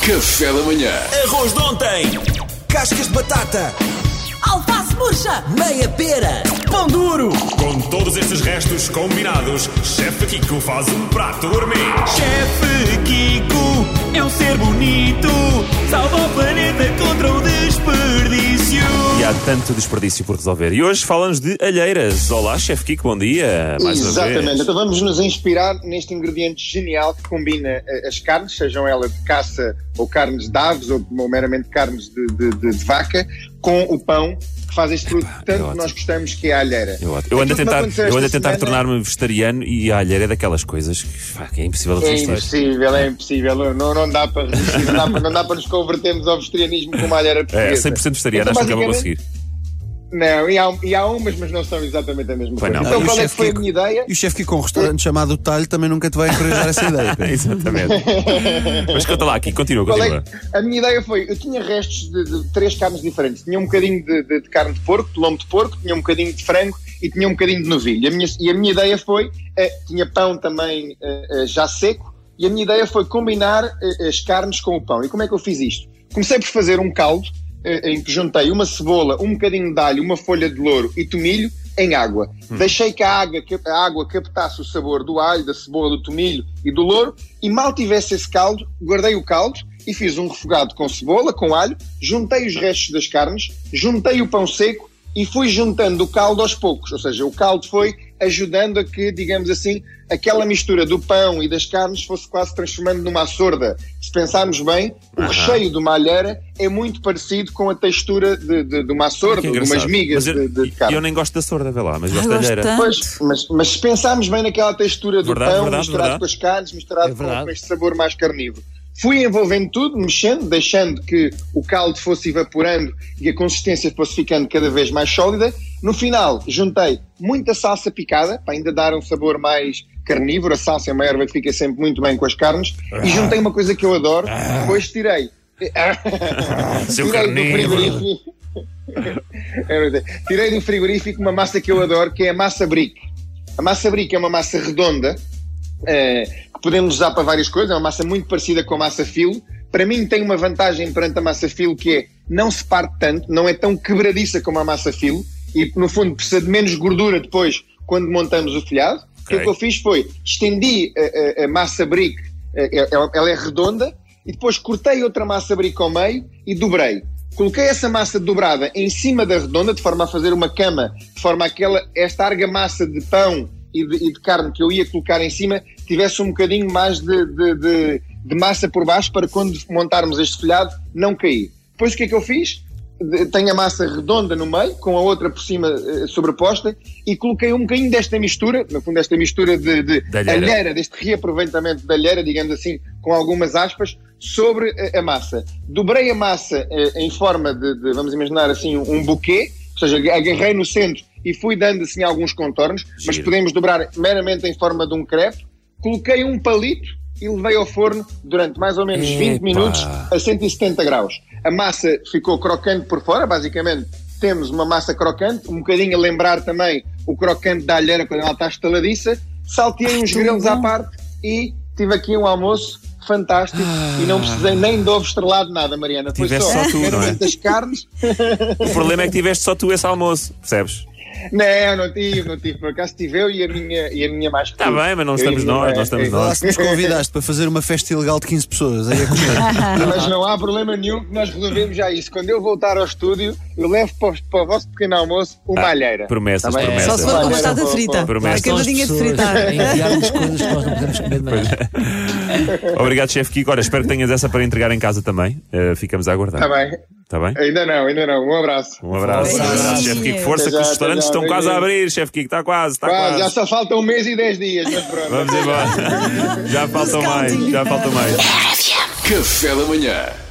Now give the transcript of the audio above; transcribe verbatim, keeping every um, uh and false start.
Café da manhã. Arroz de ontem. Cascas de batata. Alface murcha. Meia pera. Pão duro. Com todos estes restos combinados, Chefe Kiko faz um prato gourmet. Chefe Kiko é um ser bonito. Salva o planeta contra o desperdício. E há tanto desperdício por resolver. E hoje falamos de alheiras. Olá, Chefe Kiko, bom dia. Mais uma Exatamente, vez. então vamos nos inspirar neste ingrediente genial que combina as carnes, sejam elas de caça ou carnes de aves ou, ou meramente carnes de, de, de, de vaca, com o pão que faz este produto que tanto ótimo. nós gostamos, que é a alheira. Eu, eu ando a Aquilo que me tentar, aconteceu eu ando a esta tentar semana- tornar-me vegetariano e a alheira é daquelas coisas que, pá, que é impossível de É resistir. impossível, é impossível, não, não dá para resistir, não dá para, não dá para nos convertermos ao vegetarianismo com uma alheira É, portuguesa. cem por cento vegetariano, Então, acho que nunca vou basicamente- conseguir. Não, e há, e há umas, mas não são exatamente a mesma Pois coisa. não. Então Ah, e o qual é que chefe foi a Kiko- minha ideia? E o chefe que com um restaurante chamado O Talho também nunca te vai encorajar essa ideia. Pedro. Exatamente. Mas conta lá aqui, continua, Qual continua. é? A minha ideia foi, eu tinha restos de, de três carnes diferentes. Tinha um bocadinho de, de- de carne de porco, de lombo de porco, tinha um bocadinho de frango e tinha um bocadinho de novilho. E a minha, e a minha ideia foi, eh, tinha pão também eh, eh, já seco, e a minha ideia foi combinar eh, as carnes com o pão. E como é que eu fiz isto? Comecei por fazer um caldo, eh, em que juntei uma cebola, um bocadinho de alho, uma folha de louro e tomilho em água. Deixei que a água, que a água captasse o sabor do alho, da cebola, do tomilho e do louro, e mal tivesse esse caldo, guardei o caldo e fiz um refogado com cebola, com alho, juntei os restos das carnes, juntei o pão seco e fui juntando o caldo aos poucos. Ou seja, o caldo foi ajudando a que, digamos assim, aquela mistura do pão e das carnes fosse quase transformando numa açorda. Se pensarmos bem, o recheio de uma alheira é muito parecido com a textura de, de, de uma açorda, Que de umas engraçado. migas Mas eu, de, de carne. eu nem gosto da sorda, vê lá, mas gosto Ah, da gosto alheira. tanto. Pois, mas, mas se pensarmos bem naquela textura do Verdade, pão, verdade, misturado verdade. com as carnes, misturado É com, verdade. com este sabor mais carnívoro. Fui envolvendo tudo, mexendo, deixando que o caldo fosse evaporando e a consistência fosse ficando cada vez mais sólida. No final, juntei muita salsa picada, para ainda dar um sabor mais carnívoro. A salsa é uma erva que fica sempre muito bem com as carnes. E juntei uma coisa que eu adoro, depois tirei... Seu tirei do carnívoro. frigorífico... É verdade. Tirei do frigorífico uma massa que eu adoro, que é a massa brique. A massa brique é uma massa redonda, eh, que podemos usar para várias coisas, é uma massa muito parecida com a massa filo. Para mim tem uma vantagem perante a massa filo, que é não se parte tanto, não é tão quebradiça como a massa filo e no fundo precisa de menos gordura depois quando montamos o folhado. Ok. O que eu fiz foi, estendi a, a- a massa brique, eh, ela, ela é redonda, e depois cortei outra massa brique ao meio e dobrei. Coloquei essa massa dobrada em cima da redonda, de forma a fazer uma cama, de forma a que ela, esta argamassa de pão e de, e de carne que eu ia colocar em cima tivesse um bocadinho mais de, de, de, de massa por baixo, para quando montarmos este folhado não cair. Depois o que é que eu fiz? De- Tenho a massa redonda no meio, com a outra por cima eh, sobreposta, e coloquei um bocadinho desta mistura, no fundo esta mistura de, de Da alheira. alheira, deste reaproveitamento da alheira, digamos assim, com algumas aspas, sobre a, a massa. Dobrei a massa eh, em forma de, de, vamos imaginar assim, um, um buquê, ou seja, agarrei no centro e fui dando assim alguns contornos, mas Giro. podemos dobrar meramente em forma de um crepe. Coloquei um palito e levei ao forno durante mais ou menos vinte Epa. minutos a cento e setenta graus. A massa ficou crocante por fora, basicamente temos uma massa crocante, um bocadinho a lembrar também o crocante da alheira quando ela está estaladiça. Salteei uns grelos à parte e tive aqui um almoço fantástico e não precisei nem de ovo estrelado, nada, Mariana. Foi Tiveste só, só tu, não é? meramente as carnes. O problema é que tiveste só tu esse almoço, percebes? Não, não tive, não tive. Por acaso tive eu e a minha, e a minha mais Está bem, mas não estamos nós, nós estamos Lá nós. se nos convidaste para fazer uma festa ilegal de quinze pessoas, aí a comer. Mas não há problema nenhum, que nós resolvemos já isso. Quando eu voltar ao estúdio, eu levo para o, para o vosso pequeno almoço uma Ah, alheira. promessas, Tá bem? promessas. Só se for com Olha, batata vou- frita. vou- Promessas. Uma camadinha de fritar. Enviar-nos coisas que nós não podemos comer de manhã. Obrigado, Chefe Kiko. Ora, espero que tenhas essa para entregar em casa também. Uh, ficamos a aguardar. Está bem? Está bem? Ainda não, ainda não. Um abraço. Um abraço. Um abraço, Beijinhos. Chefe Kiko. Força, Até que já, os até restaurantes já, estão quase a beijinhos. abrir, Chefe Kiko. Está quase, está Quase, quase. já só falta um mês e dez dias, mas pronto. Vamos embora. Já faltam mais, já faltam mais. Café da manhã.